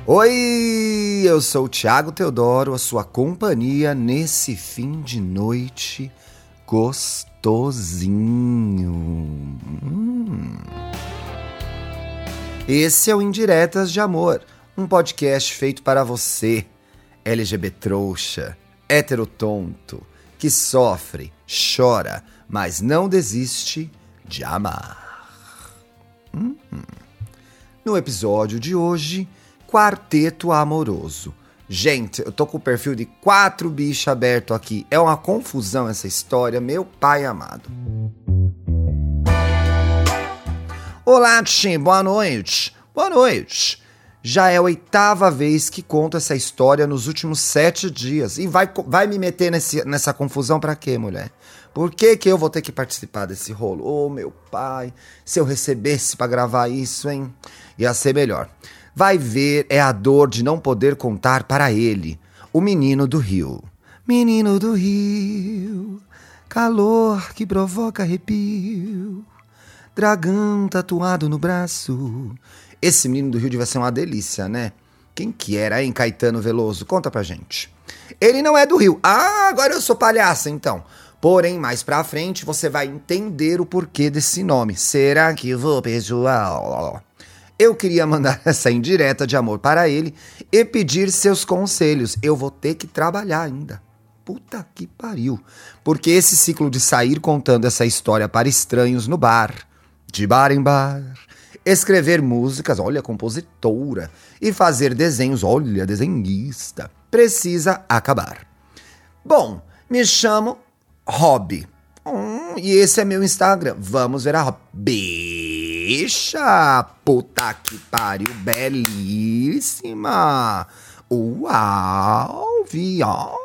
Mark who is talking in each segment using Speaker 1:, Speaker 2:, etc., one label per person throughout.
Speaker 1: Oi, eu sou o Thiago Teodoro, a sua companhia nesse fim de noite gostosinho. Esse é o Indiretas de Amor, um podcast feito para você, LGBT trouxa, hétero tonto, que sofre, chora, mas não desiste de amar. No episódio de hoje, Quarteto Amoroso. Gente, eu tô com o perfil de 4 bichos aberto aqui. É uma confusão essa história, meu pai amado. Olá, Tim, boa noite. Boa noite. Já é a 8ª vez que conto essa história nos últimos 7 dias. E vai me meter nessa confusão pra quê, mulher? Por que eu vou ter que participar desse rolo? Ô, meu pai, se eu recebesse pra gravar isso, hein? Ia ser melhor. Vai ver, é a dor de não poder contar para ele, o menino do Rio. Menino do Rio, calor que provoca arrepio, dragão tatuado no braço. Esse menino do Rio devia ser uma delícia, né? Quem que era, hein, Caetano Veloso? Conta pra gente. Ele não é do Rio. Ah, agora eu sou palhaça, então. Porém, mais pra frente, você vai entender o porquê desse nome. Será que vou perdoar? Eu queria mandar essa indireta de amor para ele e pedir seus conselhos. Eu vou ter que trabalhar ainda. Puta que pariu. Porque esse ciclo de sair contando essa história para estranhos no bar, de bar em bar, escrever músicas, olha, compositora, e fazer desenhos, olha, desenhista, precisa acabar. Bom, me chamo Hobby. E esse é meu Instagram. Vamos ver a Hobby. Bicha, puta que pariu, belíssima. Uau, viu?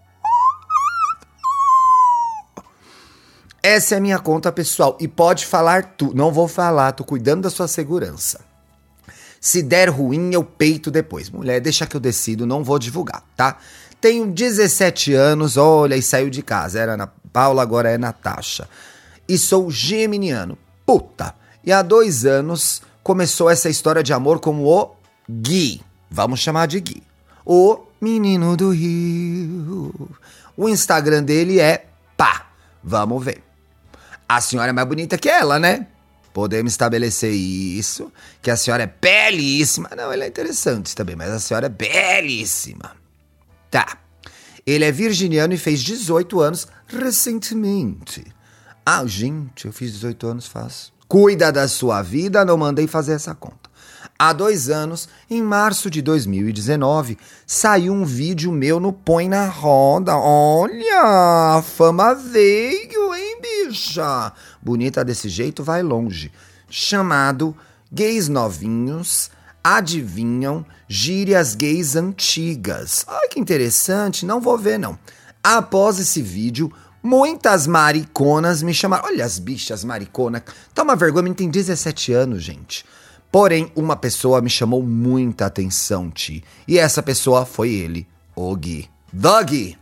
Speaker 1: Essa é a minha conta pessoal e pode falar tu. Não vou falar, tô cuidando da sua segurança. Se der ruim, eu peito depois. Mulher, deixa que eu decido, não vou divulgar, tá? Tenho 17 anos, olha, e saiu de casa. Era Ana Paula, agora é Natasha. E sou geminiano. Puta! E há 2 anos começou essa história de amor com o Gui. Vamos chamar de Gui. O menino do Rio. O Instagram dele é pá. Vamos ver. A senhora é mais bonita que ela, né? Podemos estabelecer isso, que a senhora é belíssima. Não, ele é interessante também, mas a senhora é belíssima. Tá. Ele é virginiano e fez 18 anos recentemente. Ah, gente, eu fiz 18 anos fácil. Cuida da sua vida, não mandei fazer essa conta. Há 2 anos, em março de 2019, saiu um vídeo meu no Põe na Roda. Olha, a fama veio, hein, bicha? Bonita desse jeito, vai longe. Chamado Gays Novinhos Adivinham Gírias Gays Antigas. Ai, que interessante, não vou ver, não. Após esse vídeo, muitas mariconas me chamaram. Olha as bichas mariconas. Toma vergonha, menino tem 17 anos, gente. Porém, uma pessoa me chamou muita atenção, Ti. E essa pessoa foi ele, o Gui. Gui.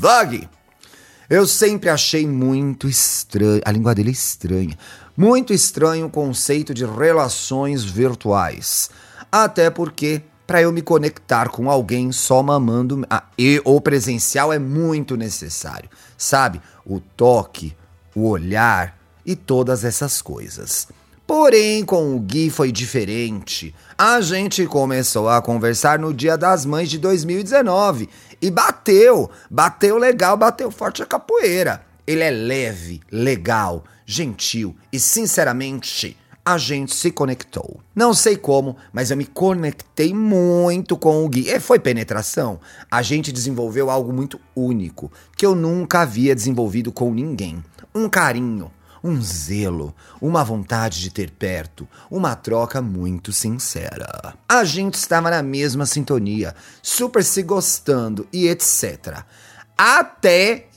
Speaker 1: Eu sempre achei muito estranho. A língua dele é estranha. Muito estranho o conceito de relações virtuais. Até porque, para eu me conectar com alguém só mamando... o presencial é muito necessário. Sabe? O toque, o olhar e todas essas coisas. Porém, com o Gui foi diferente. A gente começou a conversar no Dia das Mães de 2019 e bateu legal, bateu forte a capoeira. Ele é leve, legal, gentil e, sinceramente, a gente se conectou. Não sei como, mas eu me conectei muito com o Gui. E foi penetração. A gente desenvolveu algo muito único, que eu nunca havia desenvolvido com ninguém. Um carinho. Um zelo, uma vontade de ter perto, uma troca muito sincera. A gente estava na mesma sintonia, super se gostando e etc. Até...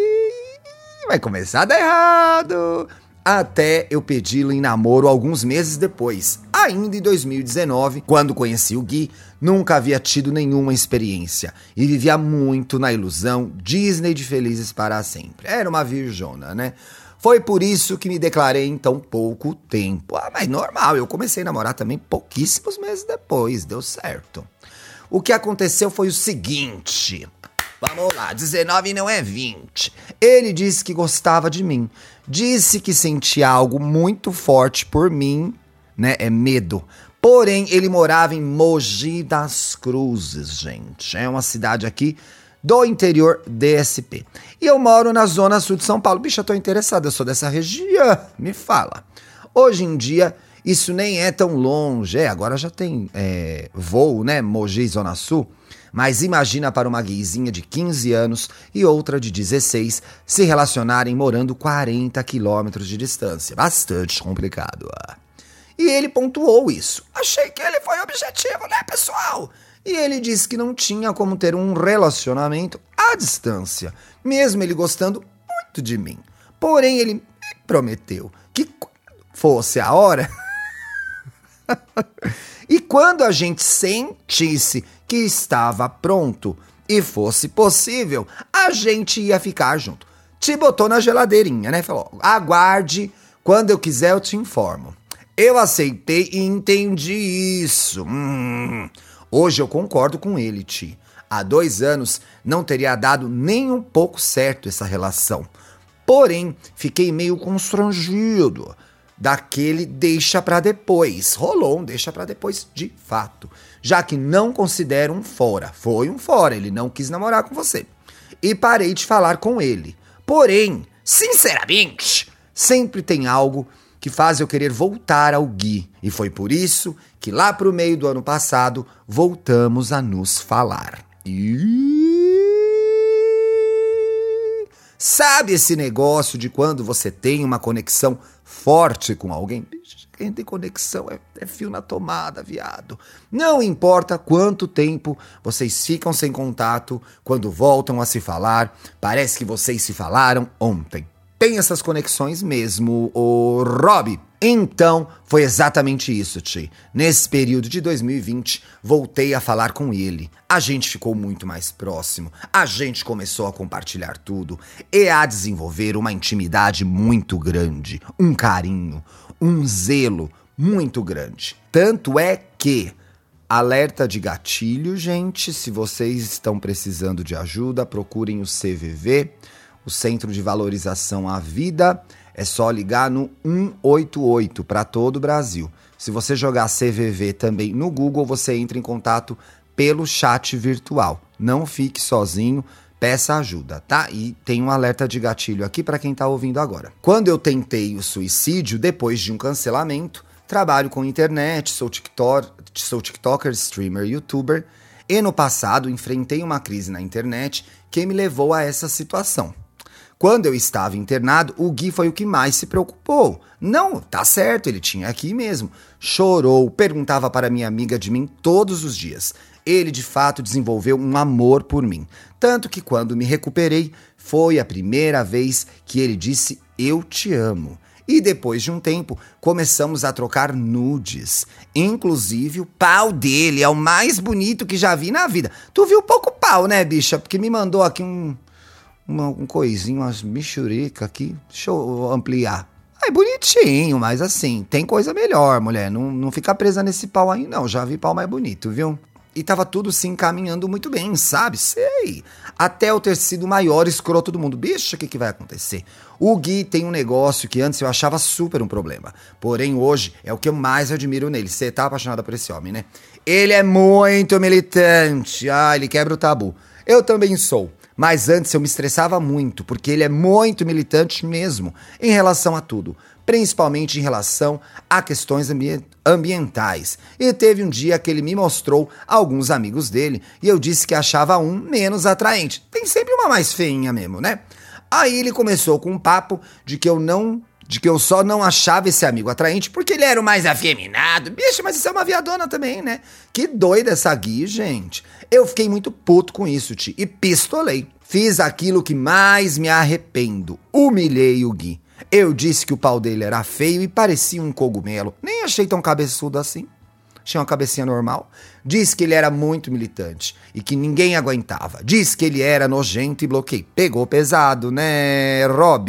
Speaker 1: vai começar a dar errado. Até eu pedi-lo em namoro alguns meses depois. Ainda em 2019, quando conheci o Gui, nunca havia tido nenhuma experiência e vivia muito na ilusão Disney de Felizes para Sempre. Era uma virjona, né? Foi por isso que me declarei em tão pouco tempo. Mas normal, eu comecei a namorar também pouquíssimos meses depois, deu certo. O que aconteceu foi o seguinte. Vamos lá, 19 não é 20. Ele disse que gostava de mim. Disse que sentia algo muito forte por mim, né? É medo. Porém, ele morava em Mogi das Cruzes, gente. É uma cidade aqui do interior DSP. E eu moro na zona sul de São Paulo. Bicho, eu tô interessado, eu sou dessa região. Me fala. Hoje em dia, isso nem é tão longe. Agora já tem voo, né? Mogi, Zona Sul. Mas imagina para uma gayzinha de 15 anos e outra de 16 se relacionarem morando 40 quilômetros de distância. Bastante complicado. E ele pontuou isso. Achei que ele foi objetivo, né, pessoal? E ele disse que não tinha como ter um relacionamento à distância, mesmo ele gostando muito de mim. Porém, ele me prometeu que quando fosse a hora e quando a gente sentisse que estava pronto e fosse possível, a gente ia ficar junto. Te botou na geladeirinha, né? Falou, aguarde, quando eu quiser eu te informo. Eu aceitei e entendi isso. Hoje eu concordo com ele, Ti. Há 2 anos não teria dado nem um pouco certo essa relação. Porém, fiquei meio constrangido. Daquele deixa pra depois. Rolou um deixa pra depois de fato. Já que não considero um fora. Foi um fora, ele não quis namorar com você. E parei de falar com ele. Porém, sinceramente, sempre tem algo que faz eu querer voltar ao Gui. E foi por isso que lá pro meio do ano passado, voltamos a nos falar. Sabe esse negócio de quando você tem uma conexão forte com alguém? Quem tem conexão é fio na tomada, viado. Não importa quanto tempo vocês ficam sem contato, quando voltam a se falar, parece que vocês se falaram ontem. Tem essas conexões mesmo, o Rob. Então, foi exatamente isso, Ti. Nesse período de 2020, voltei a falar com ele. A gente ficou muito mais próximo. A gente começou a compartilhar tudo e a desenvolver uma intimidade muito grande, um carinho, um zelo muito grande. Tanto é que, alerta de gatilho, gente, se vocês estão precisando de ajuda, procurem o CVV, o Centro de Valorização à Vida. É só ligar no 188 para todo o Brasil. Se você jogar CVV também no Google, você entra em contato pelo chat virtual. Não fique sozinho, peça ajuda, tá? E tem um alerta de gatilho aqui para quem tá ouvindo agora. Quando eu tentei o suicídio, depois de um cancelamento, trabalho com internet, sou TikToker, streamer, youtuber, e no passado enfrentei uma crise na internet que me levou a essa situação. Quando eu estava internado, o Gui foi o que mais se preocupou. Não, tá certo, ele tinha aqui mesmo. Chorou, perguntava para minha amiga de mim todos os dias. Ele, de fato, desenvolveu um amor por mim. Tanto que quando me recuperei, foi a primeira vez que ele disse, eu te amo. E depois de um tempo, começamos a trocar nudes. Inclusive, o pau dele é o mais bonito que já vi na vida. Tu viu pouco pau, né, bicha? Porque me mandou aqui um coisinho, umas michurica aqui. Deixa eu ampliar. É bonitinho, mas assim, tem coisa melhor, mulher. Não fica presa nesse pau aí, não. Já vi pau mais bonito, viu? E tava tudo se encaminhando muito bem, sabe? Sei. Até eu ter sido o maior escroto do mundo. Bicho, o que vai acontecer? O Gui tem um negócio que antes eu achava super um problema. Porém, hoje é o que eu mais admiro nele. Você tá apaixonada por esse homem, né? Ele é muito militante. Ele quebra o tabu. Eu também sou. Mas antes eu me estressava muito, porque ele é muito militante mesmo, em relação a tudo. Principalmente em relação a questões ambientais. E teve um dia que ele me mostrou alguns amigos dele, e eu disse que achava um menos atraente. Tem sempre uma mais feinha mesmo, né? Aí ele começou com um papo de que eu só não achava esse amigo atraente porque ele era o mais afeminado. Bicho, mas isso é uma viadona também, né? Que doida essa Gui, gente. Eu fiquei muito puto com isso, Ti, e pistolei. Fiz aquilo que mais me arrependo. Humilhei o Gui. Eu disse que o pau dele era feio e parecia um cogumelo. Nem achei tão cabeçudo assim. Achei uma cabecinha normal. Disse que ele era muito militante e que ninguém aguentava. Disse que ele era nojento e bloqueei. Pegou pesado, né, Rob?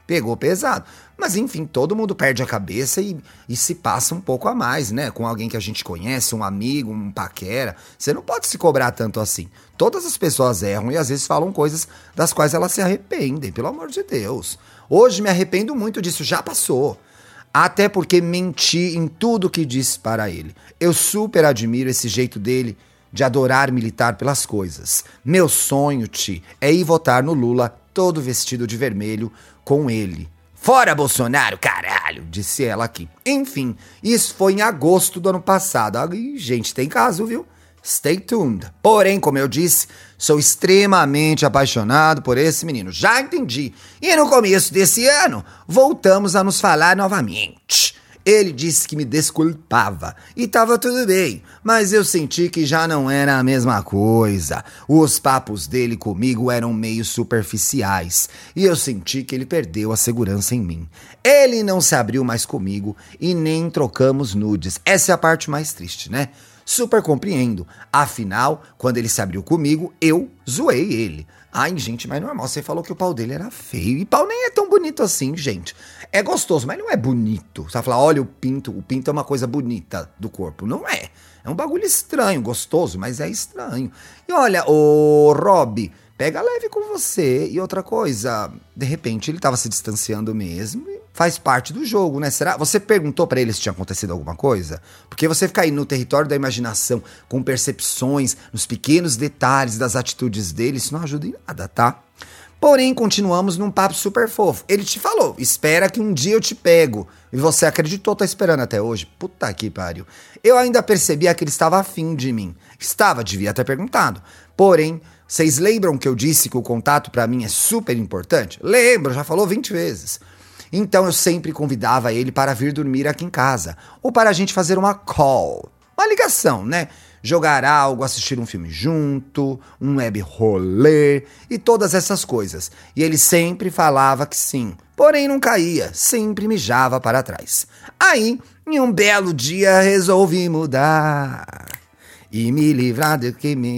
Speaker 1: Pegou pesado. Mas enfim, todo mundo perde a cabeça e se passa um pouco a mais, né? Com alguém que a gente conhece, um amigo, um paquera. Você não pode se cobrar tanto assim. Todas as pessoas erram e às vezes falam coisas das quais elas se arrependem, pelo amor de Deus. Hoje me arrependo muito disso, já passou. Até porque menti em tudo que disse para ele. Eu super admiro esse jeito dele de adorar militar pelas coisas. Meu sonho, Ti, é ir votar no Lula todo vestido de vermelho com ele. Fora Bolsonaro, caralho, disse ela aqui. Enfim, isso foi em agosto do ano passado. Ai, gente, tem caso, viu? Stay tuned. Porém, como eu disse, sou extremamente apaixonado por esse menino. Já entendi. E no começo desse ano, voltamos a nos falar novamente. Ele disse que me desculpava e tava tudo bem, mas eu senti que já não era a mesma coisa. Os papos dele comigo eram meio superficiais e eu senti que ele perdeu a segurança em mim. Ele não se abriu mais comigo e nem trocamos nudes. Essa é a parte mais triste, né? Super compreendo. Afinal, quando ele se abriu comigo, eu zoei ele. Ai, gente, mas normal, você falou que o pau dele era feio. E pau nem é tão bonito assim, gente. É gostoso, mas não é bonito. Você vai falar, olha o pinto é uma coisa bonita do corpo. Não é. É um bagulho estranho, gostoso, mas é estranho. E olha, ô Rob, pega leve com você. E outra coisa, de repente ele tava se distanciando mesmo. Faz parte do jogo, né? Será? Você perguntou pra ele se tinha acontecido alguma coisa? Porque você fica aí no território da imaginação, com percepções, nos pequenos detalhes das atitudes dele, isso não ajuda em nada, tá? Porém, continuamos num papo super fofo. Ele te falou, espera que um dia eu te pego. E você acreditou, tá esperando até hoje? Puta que pariu. Eu ainda percebia que ele estava afim de mim. Estava, devia ter perguntado. Porém, vocês lembram que eu disse que o contato pra mim é super importante? Lembro, já falou 20 vezes. Então eu sempre convidava ele para vir dormir aqui em casa, ou para a gente fazer uma call, uma ligação, né? Jogar algo, assistir um filme junto, um web rolê e todas essas coisas. E ele sempre falava que sim, porém não caía, sempre mijava para trás. Aí, em um belo dia, resolvi mudar e me livrar do que me...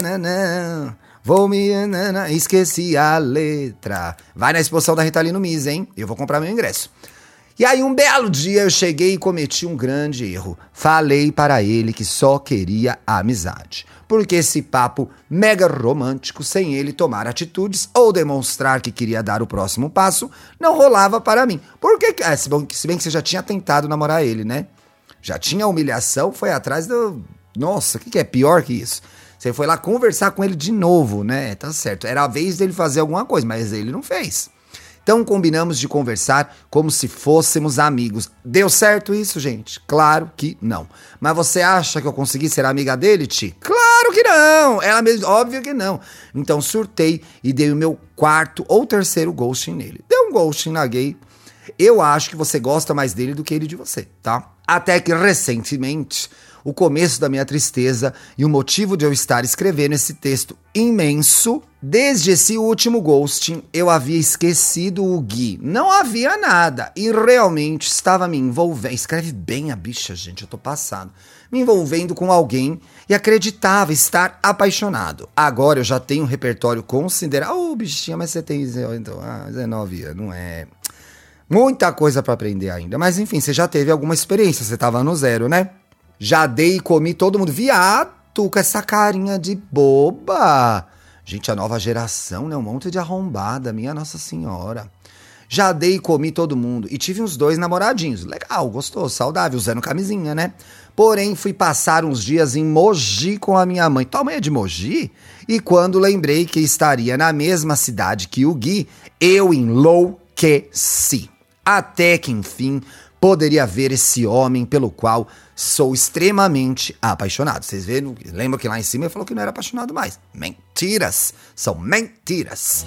Speaker 1: Vou me... Esqueci a letra. Vai na exposição da Rita Lee no MIS, hein? Eu vou comprar meu ingresso. E aí um belo dia eu cheguei e cometi um grande erro. Falei para ele que só queria amizade. Porque esse papo mega romântico, sem ele tomar atitudes ou demonstrar que queria dar o próximo passo, não rolava para mim. Porque, se bem que você já tinha tentado namorar ele, né? Já tinha humilhação, foi atrás do... Nossa, o que é pior que isso? Você foi lá conversar com ele de novo, né? Tá certo. Era a vez dele fazer alguma coisa, mas ele não fez. Então combinamos de conversar como se fôssemos amigos. Deu certo isso, gente? Claro que não. Mas você acha que eu consegui ser amiga dele, Ti? Claro que não! Ela mesmo, óbvio que não. Então surtei e dei o meu quarto ou terceiro ghosting nele. Deu um ghosting na gay. Eu acho que você gosta mais dele do que ele de você, tá? Até que recentemente... O começo da minha tristeza e o motivo de eu estar escrevendo esse texto imenso. Desde esse último ghosting, eu havia esquecido o Gui. Não havia nada. E realmente estava me envolvendo. Escreve bem a bicha, gente, eu tô passado. Me envolvendo com alguém e acreditava estar apaixonado. Agora eu já tenho um repertório considerável. Ô, bichinha, mas você tem 19 anos, não é... Muita coisa pra aprender ainda. Mas enfim, você já teve alguma experiência, você tava no zero, né? Já dei e comi todo mundo. Viado, com essa carinha de boba. Gente, a nova geração, né? Um monte de arrombada, minha Nossa Senhora. Já dei e comi todo mundo. E tive uns 2 namoradinhos. Legal, gostoso, saudável, usando camisinha, né? Porém, fui passar uns dias em Mogi com a minha mãe. Tua mãe é de Mogi? E quando lembrei que estaria na mesma cidade que o Gui, eu enlouqueci. Até que, enfim... poderia ver esse homem pelo qual sou extremamente apaixonado. Vocês viram? Lembra que lá em cima ele falou que não era apaixonado mais. Mentiras! São mentiras!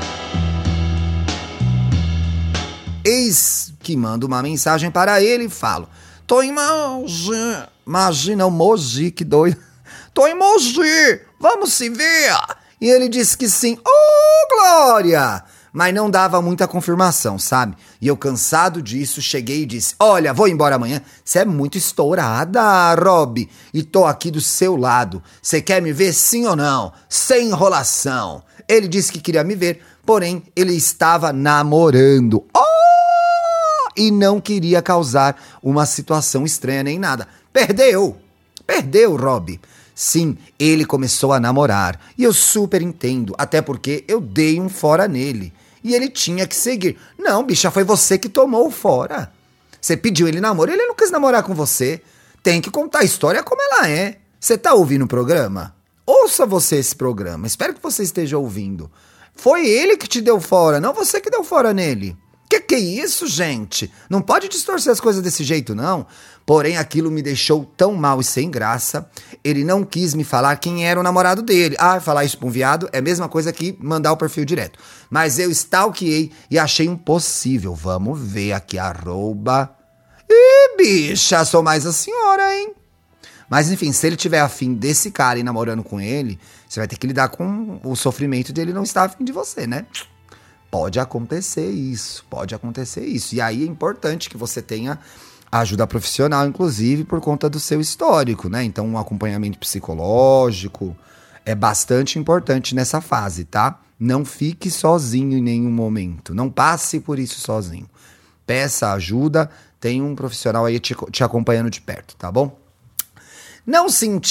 Speaker 1: Eis que mando uma mensagem para ele e falo: tô em Mogi. Imagina o Mogi, que doido. Tô em Mogi, vamos se ver. E ele disse que sim. Oh, Glória! Mas não dava muita confirmação, sabe? E eu, cansado disso, cheguei e disse: olha, vou embora amanhã. Você é muito estourada, Rob. E tô aqui do seu lado. Você quer me ver sim ou não? Sem enrolação. Ele disse que queria me ver, Porém, ele estava namorando. E não queria causar uma situação estranha nem nada. Perdeu, Rob. Sim, ele começou a namorar. E eu super entendo, até porque eu dei um fora nele. E ele tinha que seguir. Não, bicha, foi você que tomou o fora. Você pediu ele namoro, ele não quis namorar com você. Tem que contar a história como ela é. Você tá ouvindo o programa? Ouça você esse programa. Espero que você esteja ouvindo. Foi ele que te deu fora, não você que deu fora nele. Que é isso, gente? Não pode distorcer as coisas desse jeito, não. Porém, aquilo me deixou tão mal e sem graça. Ele não quis me falar quem era o namorado dele. Falar isso pra um viado é a mesma coisa que mandar o perfil direto. Mas eu stalkeei e achei impossível. Vamos ver aqui, @ Ih, bicha, sou mais a senhora, hein? Mas enfim, se ele tiver afim desse cara e namorando com ele, você vai ter que lidar com o sofrimento de ele não estar afim de você, né? Pode acontecer isso. E aí é importante que você tenha ajuda profissional, inclusive, por conta do seu histórico, né? Então, um acompanhamento psicológico é bastante importante nessa fase, tá? Não fique sozinho em nenhum momento. Não passe por isso sozinho. Peça ajuda, tem um profissional aí te acompanhando de perto, tá bom? Não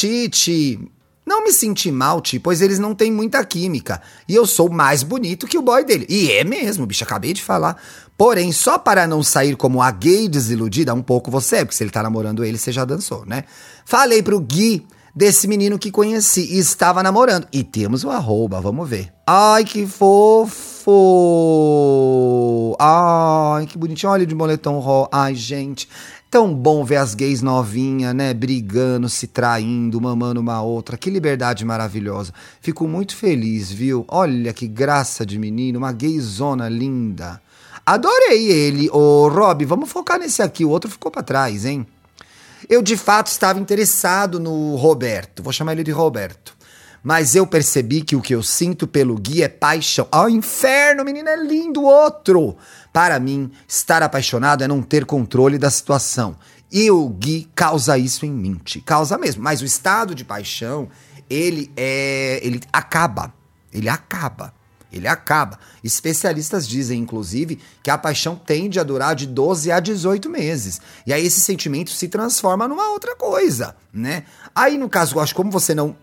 Speaker 1: me senti mal, pois eles não têm muita química. E eu sou mais bonito que o boy dele. E é mesmo, bicho, acabei de falar. Porém, só para não sair como a gay desiludida, um pouco você é, porque se ele tá namorando ele, você já dançou, né? Falei pro Gui desse menino que conheci e estava namorando. E temos o @, vamos ver. Ai, que fofo! Ai, que bonitinho. Olha de moletom rosa. Ai, gente... Tão bom ver as gays novinhas, né, brigando, se traindo, mamando uma outra. Que liberdade maravilhosa. Fico muito feliz, viu? Olha que graça de menino, uma gayzona linda. Adorei ele. Ô, Rob, vamos focar nesse aqui, o outro ficou pra trás, hein? Eu, de fato, estava interessado no Roberto. Vou chamar ele de Roberto. Mas eu percebi que o que eu sinto pelo Gui é paixão. Inferno, menino, é lindo, outro! Para mim, estar apaixonado é não ter controle da situação. E o Gui causa isso em mim. Causa mesmo. Mas o estado de paixão, ele acaba. Ele acaba. Especialistas dizem, inclusive, que a paixão tende a durar de 12 a 18 meses. E aí esse sentimento se transforma numa outra coisa, né? Aí, no caso, eu acho que como você não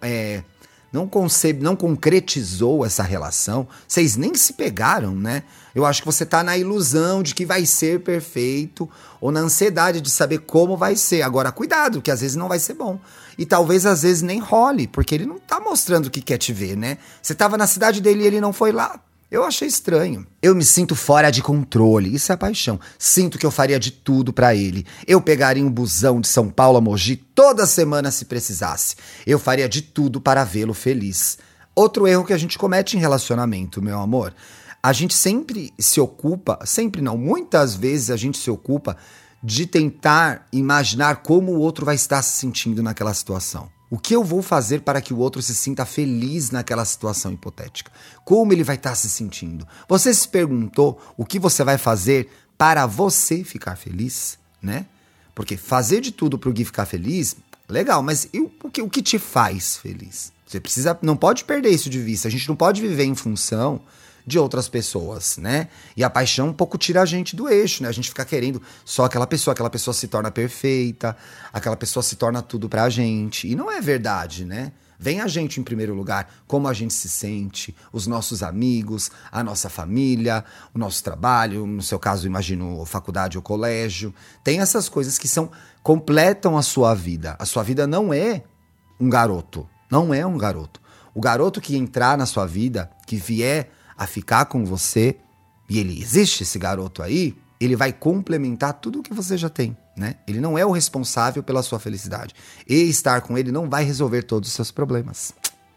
Speaker 1: concretizou essa relação, vocês nem se pegaram, né? Eu acho que você tá na ilusão de que vai ser perfeito ou na ansiedade de saber como vai ser. Agora, cuidado, que às vezes não vai ser bom. E talvez às vezes nem role, porque ele não tá mostrando que quer te ver, né? Você tava na cidade dele e ele não foi lá. Eu achei estranho. Eu me sinto fora de controle, isso é paixão. Sinto que eu faria de tudo pra ele. Eu pegaria um busão de São Paulo a Mogi toda semana se precisasse. Eu faria de tudo para vê-lo feliz. Outro erro que a gente comete em relacionamento, meu amor. A gente sempre se ocupa, sempre não, muitas vezes a gente se ocupa de tentar imaginar como o outro vai estar se sentindo naquela situação. O que eu vou fazer para que o outro se sinta feliz naquela situação hipotética? Como ele vai estar se sentindo? Você se perguntou o que você vai fazer para você ficar feliz, né? Porque fazer de tudo para o Gui ficar feliz, legal, mas o que te faz feliz? Você não pode perder isso de vista. A gente não pode viver em função de outras pessoas, né? E a paixão um pouco tira a gente do eixo, né? A gente fica querendo só aquela pessoa se torna perfeita, aquela pessoa se torna tudo pra gente. E não é verdade, né? Vem a gente em primeiro lugar, como a gente se sente, os nossos amigos, a nossa família, o nosso trabalho, no seu caso, imagino, faculdade ou colégio. Tem essas coisas que completam a sua vida. A sua vida não é um garoto, não é um garoto. O garoto que entrar na sua vida, que vier a ficar com você, e ele existe, esse garoto aí, ele vai complementar tudo o que você já tem, né? Ele não é o responsável pela sua felicidade. E estar com ele não vai resolver todos os seus problemas.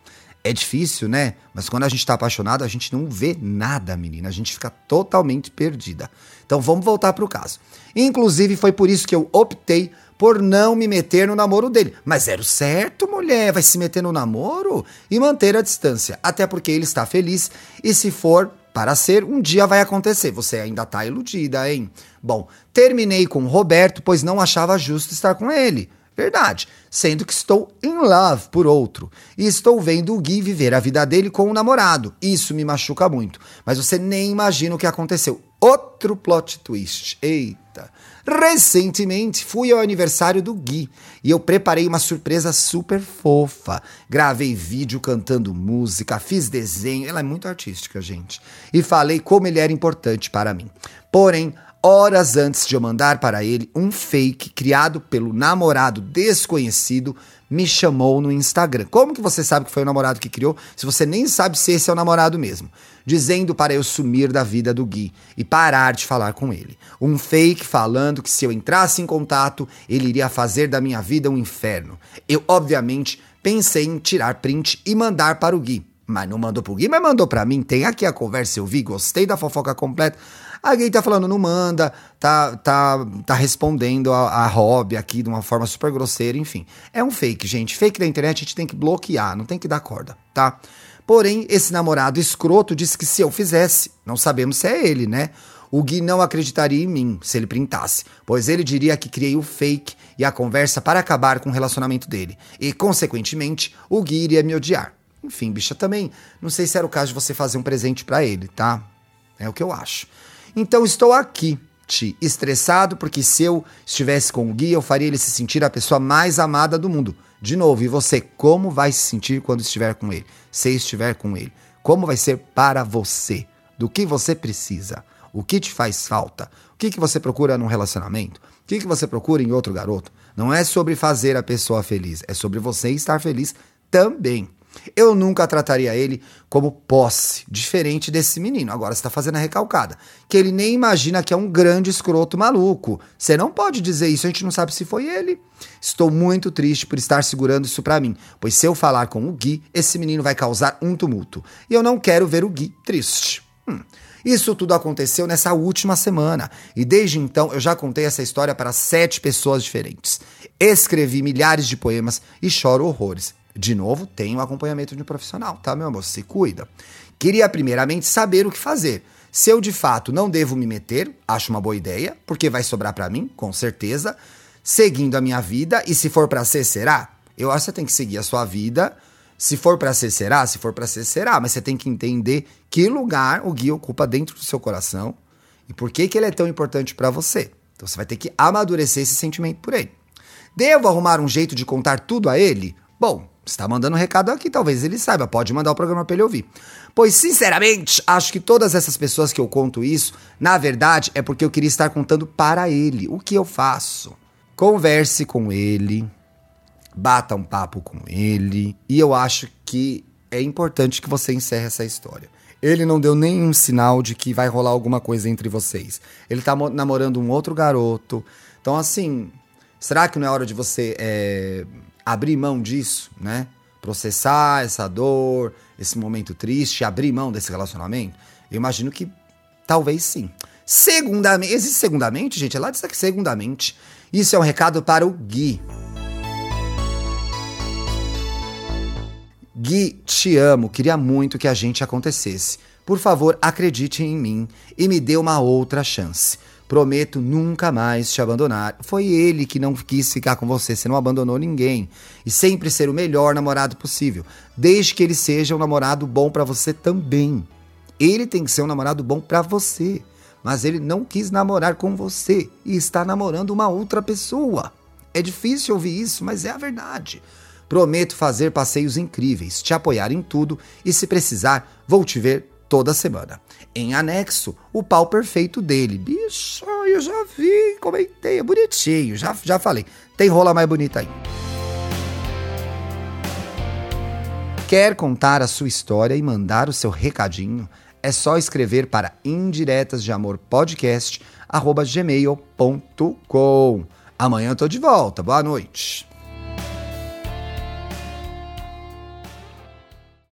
Speaker 1: É difícil, né? Mas quando a gente tá apaixonado, a gente não vê nada, menina. A gente fica totalmente perdida. Então vamos voltar pro caso. Inclusive, foi por isso que eu optei por não me meter no namoro dele. Mas era o certo, mulher. Vai se meter no namoro e manter a distância. Até porque ele está feliz. E se for para ser, um dia vai acontecer. Você ainda tá iludida, hein? Bom, terminei com o Roberto, pois não achava justo estar com ele. Verdade, sendo que estou in love por outro. E estou vendo o Gui viver a vida dele com um namorado. Isso me machuca muito. Mas você nem imagina o que aconteceu. Outro plot twist. Eita. Recentemente fui ao aniversário do Gui e eu preparei uma surpresa super fofa. Gravei vídeo cantando música, fiz desenho. Ela é muito artística, gente. E falei como ele era importante para mim. Porém, horas antes de eu mandar para ele, um fake criado pelo namorado desconhecido me chamou no Instagram. Como que você sabe que foi o namorado que criou, se você nem sabe se esse é o namorado mesmo? Dizendo para eu sumir da vida do Gui e parar de falar com ele. Um fake falando que se eu entrasse em contato, ele iria fazer da minha vida um inferno. Eu, obviamente, pensei em tirar print e mandar para o Gui. Mas não mandou pro Gui, mas mandou pra mim. Tem aqui a conversa, eu vi, gostei da fofoca completa. A Gui tá falando, não manda, tá respondendo a Rob aqui de uma forma super grosseira, enfim. É um fake, gente. Fake da internet a gente tem que bloquear, não tem que dar corda, tá? Porém, esse namorado escroto disse que se eu fizesse, não sabemos se é ele, né? O Gui não acreditaria em mim se ele printasse, pois ele diria que criei o fake e a conversa para acabar com o relacionamento dele. E, consequentemente, o Gui iria me odiar. Enfim, bicha, também não sei se era o caso de você fazer um presente pra ele, tá? É o que eu acho. Então estou aqui, estressado, porque se eu estivesse com o Gui, eu faria ele se sentir a pessoa mais amada do mundo. De novo, e você, como vai se sentir quando estiver com ele? Se estiver com ele, como vai ser para você? Do que você precisa? O que te faz falta? O que você procura num relacionamento? O que você procura em outro garoto? Não é sobre fazer a pessoa feliz, é sobre você estar feliz também. Eu nunca trataria ele como posse, diferente desse menino. Agora você tá fazendo a recalcada, que ele nem imagina que é um grande escroto maluco. Você não pode dizer isso, a gente não sabe se foi ele. Estou muito triste por estar segurando isso pra mim, pois se eu falar com o Gui, esse menino vai causar um tumulto. E eu não quero ver o Gui triste. Isso tudo aconteceu nessa última semana, e desde então eu já contei essa história para 7 pessoas diferentes. Escrevi milhares de poemas e choro horrores. De novo, tenho o acompanhamento de um profissional, tá, meu amor? Se cuida. Queria primeiramente saber o que fazer. Se eu de fato não devo me meter, acho uma boa ideia, porque vai sobrar pra mim, com certeza, seguindo a minha vida, e se for pra ser, será? Eu acho que você tem que seguir a sua vida. Se for pra ser, será? Se for pra ser, será. Mas você tem que entender que lugar o Gui ocupa dentro do seu coração e por que ele é tão importante pra você. Então você vai ter que amadurecer esse sentimento por ele. Devo arrumar um jeito de contar tudo a ele? Bom, você tá mandando um recado aqui, talvez ele saiba, pode mandar o programa pra ele ouvir. Pois, sinceramente, acho que todas essas pessoas que eu conto isso, na verdade, é porque eu queria estar contando para ele. O que eu faço? Converse com ele, bata um papo com ele, e eu acho que é importante que você encerre essa história. Ele não deu nenhum sinal de que vai rolar alguma coisa entre vocês. Ele tá namorando um outro garoto. Então, assim, será que não é hora de você abrir mão disso, né? Processar essa dor, esse momento triste, abrir mão desse relacionamento? Eu imagino que talvez sim. Segundamente, existe segundamente, gente? É lá disso aqui, segundamente. Isso é um recado para o Gui. Gui, te amo, queria muito que a gente acontecesse. Por favor, acredite em mim e me dê uma outra chance. Prometo nunca mais te abandonar. Foi ele que não quis ficar com você, você não abandonou ninguém. E sempre ser o melhor namorado possível, desde que ele seja um namorado bom pra você também. Ele tem que ser um namorado bom pra você, mas ele não quis namorar com você e está namorando uma outra pessoa. É difícil ouvir isso, mas é a verdade. Prometo fazer passeios incríveis, te apoiar em tudo e, se precisar, vou te ver toda semana. Em anexo, o pau perfeito dele. Bicho, eu já vi, comentei, é bonitinho, já falei. Tem rola mais bonita aí. Quer contar a sua história e mandar o seu recadinho? É só escrever para indiretasdeamorpodcast@gmail.com. Amanhã eu tô de volta. Boa noite.